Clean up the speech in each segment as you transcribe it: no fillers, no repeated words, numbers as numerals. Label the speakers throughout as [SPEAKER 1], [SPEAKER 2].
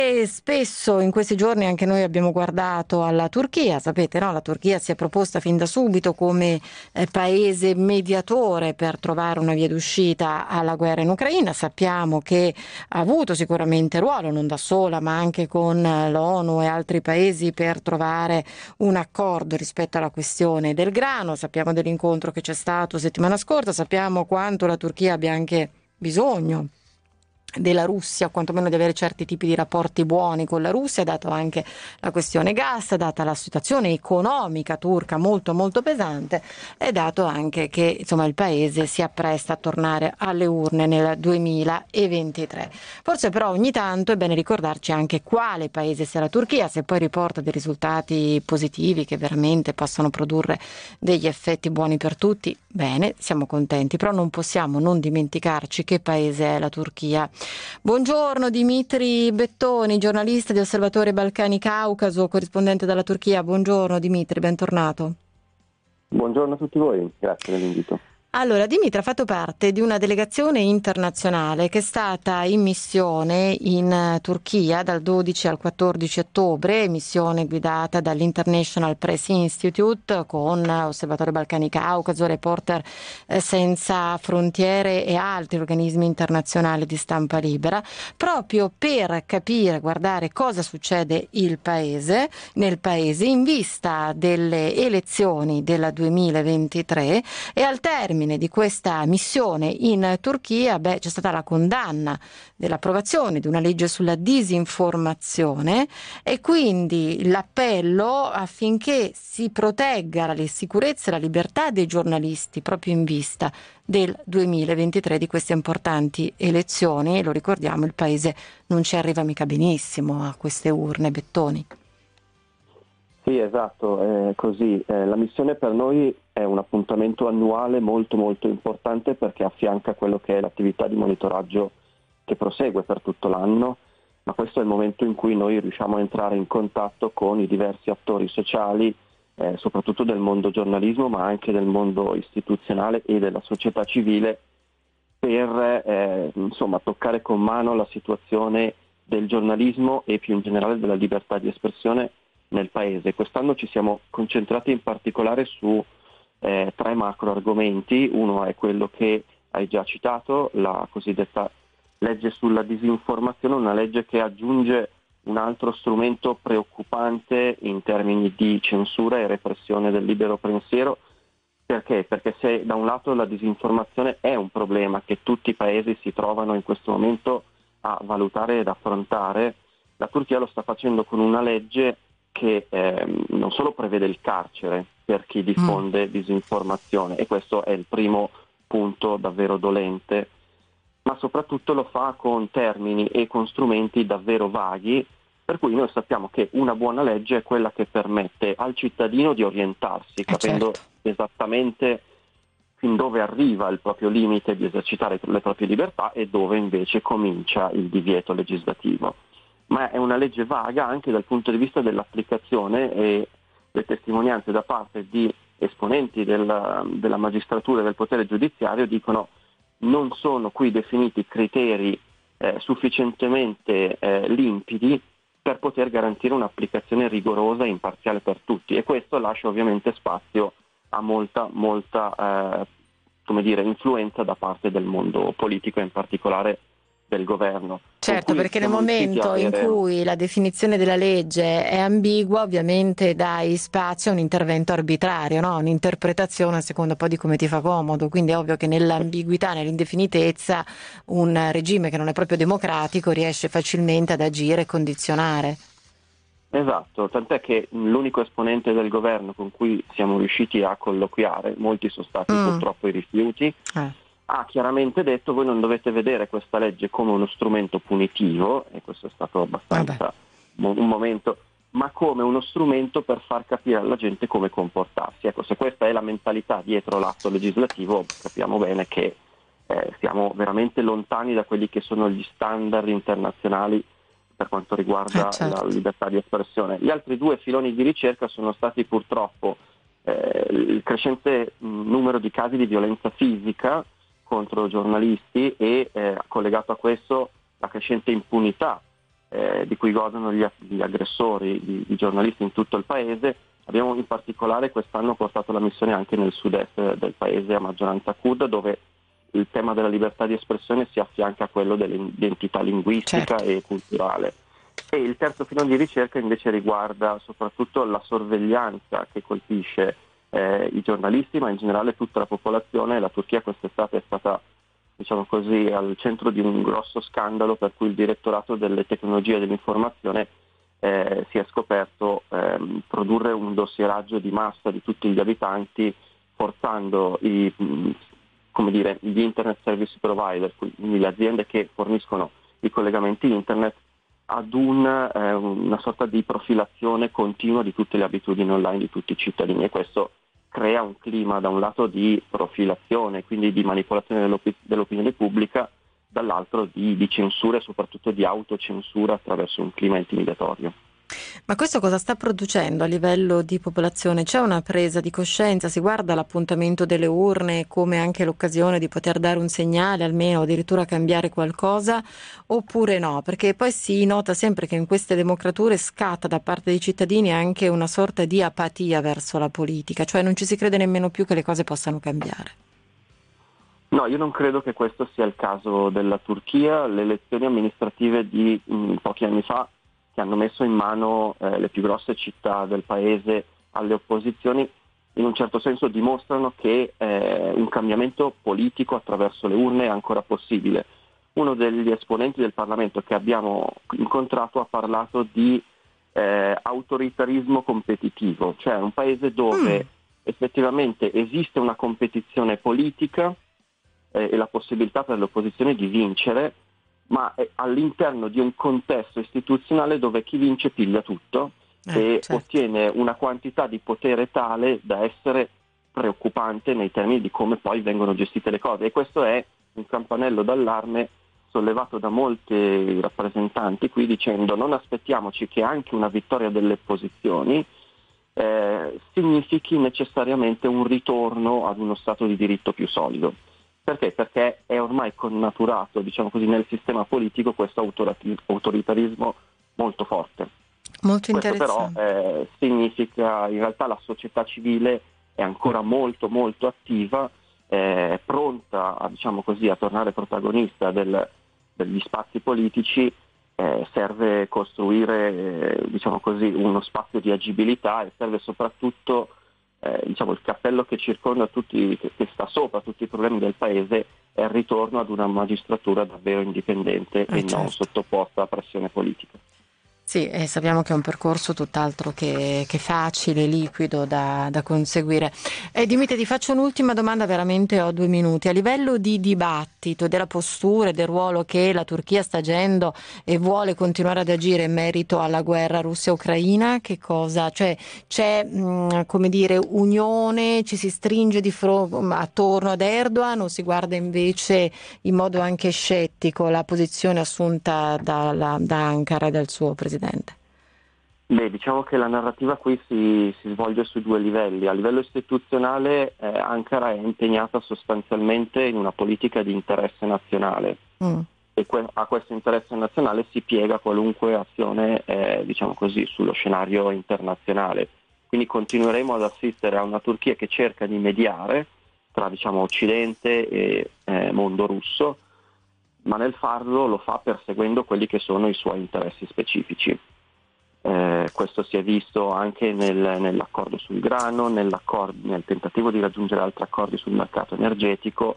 [SPEAKER 1] E spesso in questi giorni anche noi abbiamo guardato alla Turchia, sapete, no? La Turchia si è proposta fin da subito come paese mediatore per trovare una via d'uscita alla guerra in Ucraina. Sappiamo che ha avuto sicuramente ruolo, non da sola, ma anche con l'ONU e altri paesi per trovare un accordo rispetto alla questione del grano. Sappiamo dell'incontro che c'è stato settimana scorsa, sappiamo quanto la Turchia abbia anche bisogno della Russia, o quantomeno di avere certi tipi di rapporti buoni con la Russia, dato anche la questione gas, data la situazione economica turca molto molto pesante, e dato anche che insomma il paese si appresta a tornare alle urne nel 2023. Forse però ogni tanto è bene ricordarci anche quale paese sia la Turchia, se poi riporta dei risultati positivi che veramente possano produrre degli effetti buoni per tutti, bene, siamo contenti, però non possiamo non dimenticarci che paese è la Turchia. Buongiorno Dimitri Bettoni, giornalista di Osservatore Balcani Caucaso, corrispondente dalla Turchia. Buongiorno Dimitri, bentornato.
[SPEAKER 2] Buongiorno a tutti voi, grazie dell'invito.
[SPEAKER 1] Allora, Dimitri ha fatto parte di una delegazione internazionale che è stata in missione in Turchia dal 12 al 14 ottobre, missione guidata dall'International Press Institute con Osservatorio Balcani Caucaso, Reporter Senza Frontiere e altri organismi internazionali di stampa libera, proprio per capire, guardare cosa succede nel paese in vista delle elezioni del 2023. E al termine di questa missione in Turchia, c'è stata la condanna dell'approvazione di una legge sulla disinformazione e quindi l'appello affinché si protegga la sicurezza e la libertà dei giornalisti proprio in vista del 2023 di queste importanti elezioni. E lo ricordiamo, il paese non ci arriva mica benissimo a queste urne, Bettoni.
[SPEAKER 2] Sì, esatto, è così. La missione per noi è un appuntamento annuale molto molto importante perché affianca quello che è l'attività di monitoraggio che prosegue per tutto l'anno, ma questo è il momento in cui noi riusciamo a entrare in contatto con i diversi attori sociali, soprattutto del mondo giornalismo, ma anche del mondo istituzionale e della società civile, per toccare con mano la situazione del giornalismo e più in generale della libertà di espressione nel paese. Quest'anno ci siamo concentrati in particolare su tre macro argomenti. Uno è quello che hai già citato, la cosiddetta legge sulla disinformazione, una legge che aggiunge un altro strumento preoccupante in termini di censura e repressione del libero pensiero. Perché? Perché se da un lato la disinformazione è un problema che tutti i paesi si trovano in questo momento a valutare ed affrontare, la Turchia lo sta facendo con una legge che non solo prevede il carcere per chi diffonde disinformazione, e questo è il primo punto davvero dolente, ma soprattutto lo fa con termini e con strumenti davvero vaghi, per cui noi sappiamo che una buona legge è quella che permette al cittadino di orientarsi, capendo
[SPEAKER 1] Certo.
[SPEAKER 2] esattamente fin dove arriva il proprio limite di esercitare le proprie libertà e dove invece comincia il divieto legislativo. Ma è una legge vaga anche dal punto di vista dell'applicazione, e le testimonianze da parte di esponenti della magistratura e del potere giudiziario dicono non sono qui definiti criteri sufficientemente limpidi per poter garantire un'applicazione rigorosa e imparziale per tutti, e questo lascia ovviamente spazio a molta influenza da parte del mondo politico e in particolare del governo.
[SPEAKER 1] Certo, perché nel momento in cui la definizione della legge è ambigua, ovviamente dai spazio a un intervento arbitrario, no? Un'interpretazione a seconda poi di come ti fa comodo, quindi è ovvio che nell'ambiguità, nell'indefinitezza, un regime che non è proprio democratico riesce facilmente ad agire e condizionare.
[SPEAKER 2] Esatto, tant'è che l'unico esponente del governo con cui siamo riusciti a colloquiare, molti sono stati purtroppo i rifiuti, ha chiaramente detto: voi non dovete vedere questa legge come uno strumento punitivo, e questo è stato abbastanza un momento, ma come uno strumento per far capire alla gente come comportarsi. Ecco, se questa è la mentalità dietro l'atto legislativo, capiamo bene che siamo veramente lontani da quelli che sono gli standard internazionali per quanto riguarda la libertà di espressione. Gli altri due filoni di ricerca sono stati purtroppo il crescente numero di casi di violenza fisica contro giornalisti e collegato a questo la crescente impunità di cui godono gli aggressori, i giornalisti in tutto il paese. Abbiamo in particolare quest'anno portato la missione anche nel sud-est del paese a maggioranza curda, dove il tema della libertà di espressione si affianca a quello dell'identità linguistica
[SPEAKER 1] Certo.
[SPEAKER 2] e culturale. E il terzo filone di ricerca invece riguarda soprattutto la sorveglianza che colpisce i giornalisti, ma in generale tutta la popolazione. La Turchia quest'estate è stata, diciamo così, al centro di un grosso scandalo per cui il direttorato delle tecnologie dell'informazione si è scoperto produrre un dossieraggio di massa di tutti gli abitanti, forzando gli internet service provider, quindi le aziende che forniscono i collegamenti internet, ad una sorta di profilazione continua di tutte le abitudini online di tutti i cittadini, e questo crea un clima da un lato di profilazione, quindi di manipolazione dell'opinione pubblica, dall'altro di censura e soprattutto di autocensura attraverso un clima intimidatorio.
[SPEAKER 1] Ma questo cosa sta producendo a livello di popolazione? C'è una presa di coscienza? Si guarda l'appuntamento delle urne come anche l'occasione di poter dare un segnale, almeno addirittura cambiare qualcosa, oppure no? Perché poi si nota sempre che in queste democrature scatta da parte dei cittadini anche una sorta di apatia verso la politica, cioè non ci si crede nemmeno più che le cose possano cambiare.
[SPEAKER 2] No, io non credo che questo sia il caso della Turchia. Le elezioni amministrative di pochi anni fa, che hanno messo in mano le più grosse città del paese alle opposizioni, in un certo senso dimostrano che un cambiamento politico attraverso le urne è ancora possibile. Uno degli esponenti del Parlamento che abbiamo incontrato ha parlato di autoritarismo competitivo, cioè un paese dove effettivamente esiste una competizione politica e la possibilità per le opposizioni di vincere, ma all'interno di un contesto istituzionale dove chi vince piglia tutto e
[SPEAKER 1] Certo.
[SPEAKER 2] ottiene una quantità di potere tale da essere preoccupante nei termini di come poi vengono gestite le cose. E questo è un campanello d'allarme sollevato da molti rappresentanti qui, dicendo: non aspettiamoci che anche una vittoria delle opposizioni significhi necessariamente un ritorno ad uno Stato di diritto più solido. Perché? Perché è ormai connaturato, diciamo così, nel sistema politico questo autoritarismo molto forte.
[SPEAKER 1] Molto
[SPEAKER 2] Questo però
[SPEAKER 1] interessante.
[SPEAKER 2] significa, in realtà la società civile è ancora molto molto attiva, pronta a, diciamo così, a tornare protagonista degli spazi politici. Serve costruire diciamo così, uno spazio di agibilità, e serve soprattutto diciamo, il cappello che circonda tutti, che sta sopra tutti i problemi del paese, è il ritorno ad una magistratura davvero indipendente e non
[SPEAKER 1] Certo.
[SPEAKER 2] sottoposta a pressione politica.
[SPEAKER 1] Sì, e sappiamo che è un percorso tutt'altro che facile, liquido da conseguire. Dimitri, ti faccio un'ultima domanda, veramente ho 2 minuti. A livello di dibattito, della postura e del ruolo che la Turchia sta agendo e vuole continuare ad agire in merito alla guerra Russia-Ucraina, che cosa? Cioè, c'è, come dire, unione, ci si stringe attorno ad Erdogan, o si guarda invece in modo anche scettico la posizione assunta da Ankara e dal suo presidente?
[SPEAKER 2] Beh, diciamo che la narrativa qui si svolge su due livelli. A livello istituzionale Ankara è impegnata sostanzialmente in una politica di interesse nazionale,
[SPEAKER 1] Mm.
[SPEAKER 2] e a questo interesse nazionale si piega qualunque azione diciamo così, sullo scenario internazionale. Quindi continueremo ad assistere a una Turchia che cerca di mediare tra, diciamo, Occidente e mondo russo, ma nel farlo lo fa perseguendo quelli che sono i suoi interessi specifici. Questo si è visto anche nell'accordo sul grano, nel tentativo di raggiungere altri accordi sul mercato energetico.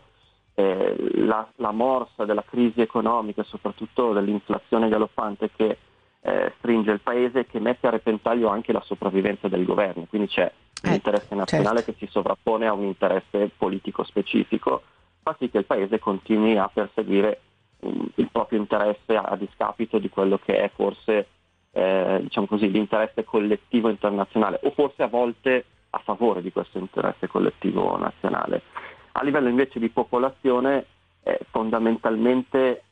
[SPEAKER 2] La morsa della crisi economica e soprattutto dell'inflazione galoppante che stringe il paese, che mette a repentaglio anche la sopravvivenza del governo. Quindi c'è un interesse nazionale
[SPEAKER 1] Certo.
[SPEAKER 2] che si sovrappone a un interesse politico specifico, fa sì che il paese continui a perseguire il proprio interesse a discapito di quello che è forse diciamo così, l'interesse collettivo internazionale, o forse a volte a favore di questo interesse collettivo nazionale. A livello invece di popolazione, fondamentalmente,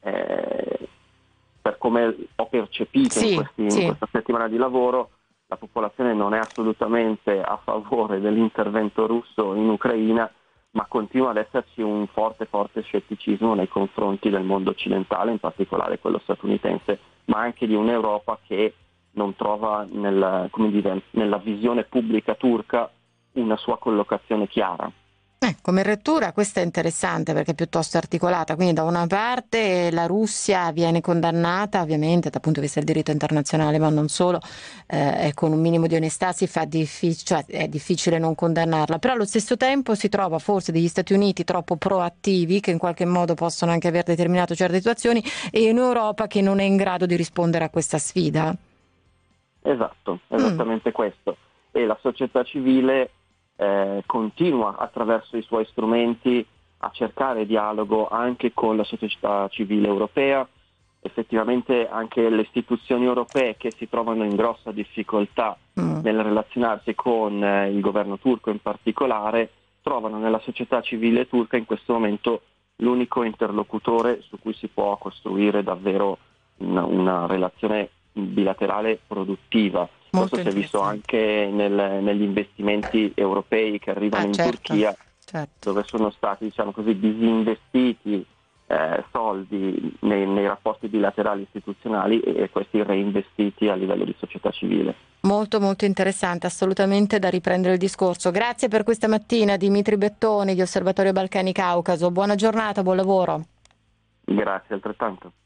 [SPEAKER 2] per come ho percepito in
[SPEAKER 1] Sì.
[SPEAKER 2] questa settimana di lavoro, la popolazione non è assolutamente a favore dell'intervento russo in Ucraina, ma continua ad esserci un forte scetticismo nei confronti del mondo occidentale, in particolare quello statunitense, ma anche di un'Europa che non trova nella visione pubblica turca una sua collocazione chiara.
[SPEAKER 1] Come lettura questa è interessante perché è piuttosto articolata, quindi da una parte la Russia viene condannata ovviamente dal punto di vista del diritto internazionale, ma non solo, e con un minimo di onestà si fa cioè è difficile non condannarla, però allo stesso tempo si trova forse degli Stati Uniti troppo proattivi che in qualche modo possono anche aver determinato certe situazioni e un'Europa che non è in grado di rispondere a questa sfida.
[SPEAKER 2] Esatto, esattamente questo. E la società civile continua attraverso i suoi strumenti a cercare dialogo anche con la società civile europea. Effettivamente anche le istituzioni europee che si trovano in grossa difficoltà nel relazionarsi con il governo turco in particolare, trovano nella società civile turca in questo momento l'unico interlocutore su cui si può costruire davvero una relazione bilaterale produttiva.
[SPEAKER 1] Molto
[SPEAKER 2] Questo si è visto anche negli investimenti europei che arrivano in
[SPEAKER 1] certo,
[SPEAKER 2] Turchia,
[SPEAKER 1] certo.
[SPEAKER 2] dove sono stati, diciamo così, disinvestiti soldi nei rapporti bilaterali istituzionali e questi reinvestiti a livello di società civile.
[SPEAKER 1] Molto molto interessante, assolutamente da riprendere il discorso. Grazie per questa mattina Dimitri Bettoni di Osservatorio Balcani Caucaso. Buona giornata, buon lavoro.
[SPEAKER 2] Grazie altrettanto.